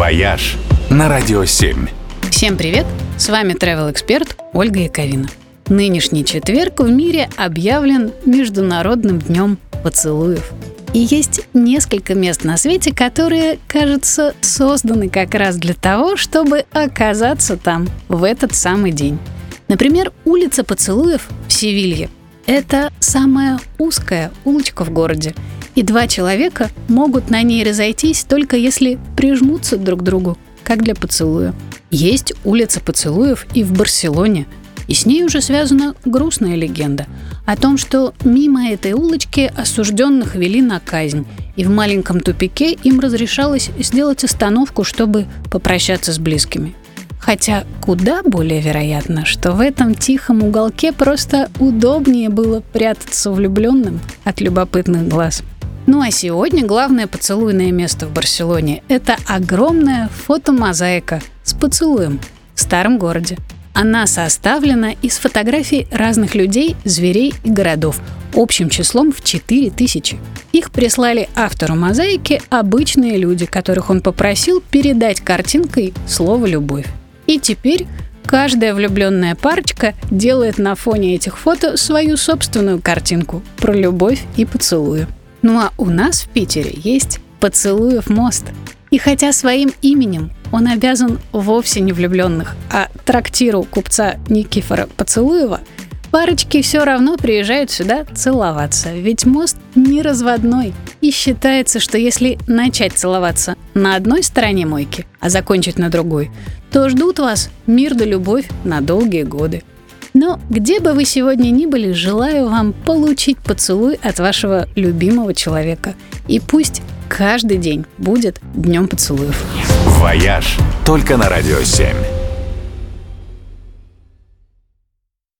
«Вояж» на Радио 7. Всем привет! С вами travel-эксперт Ольга Яковина. Нынешний четверг в мире объявлен Международным днем поцелуев. И есть несколько мест на свете, которые, кажется, созданы как раз для того, чтобы оказаться там в этот самый день. Например, улица поцелуев в Севилье. Это самая узкая улочка в городе. И два человека могут на ней разойтись, только если прижмутся друг к другу, как для поцелуя. Есть улица поцелуев и в Барселоне. И с ней уже связана грустная легенда о том, что мимо этой улочки осужденных вели на казнь, и в маленьком тупике им разрешалось сделать остановку, чтобы попрощаться с близкими. Хотя куда более вероятно, что в этом тихом уголке просто удобнее было прятаться влюбленным от любопытных глаз. Ну а сегодня главное поцелуйное место в Барселоне – это огромная фотомозаика с поцелуем в старом городе. Она составлена из фотографий разных людей, зверей и городов, общим числом в 4000. Их прислали автору мозаики обычные люди, которых он попросил передать картинкой слово «любовь». И теперь каждая влюбленная парочка делает на фоне этих фото свою собственную картинку про любовь и поцелуи. Ну а у нас в Питере есть Поцелуев мост. И хотя своим именем он обязан вовсе не влюбленных, а трактиру купца Никифора Поцелуева, парочки все равно приезжают сюда целоваться, ведь мост не разводной. И считается, что если начать целоваться на одной стороне мойки, а закончить на другой, то ждут вас мир да любовь на долгие годы. Но где бы вы сегодня ни были, желаю вам получить поцелуй от вашего любимого человека. И пусть каждый день будет днем поцелуев. «Вояж» только на Радио 7.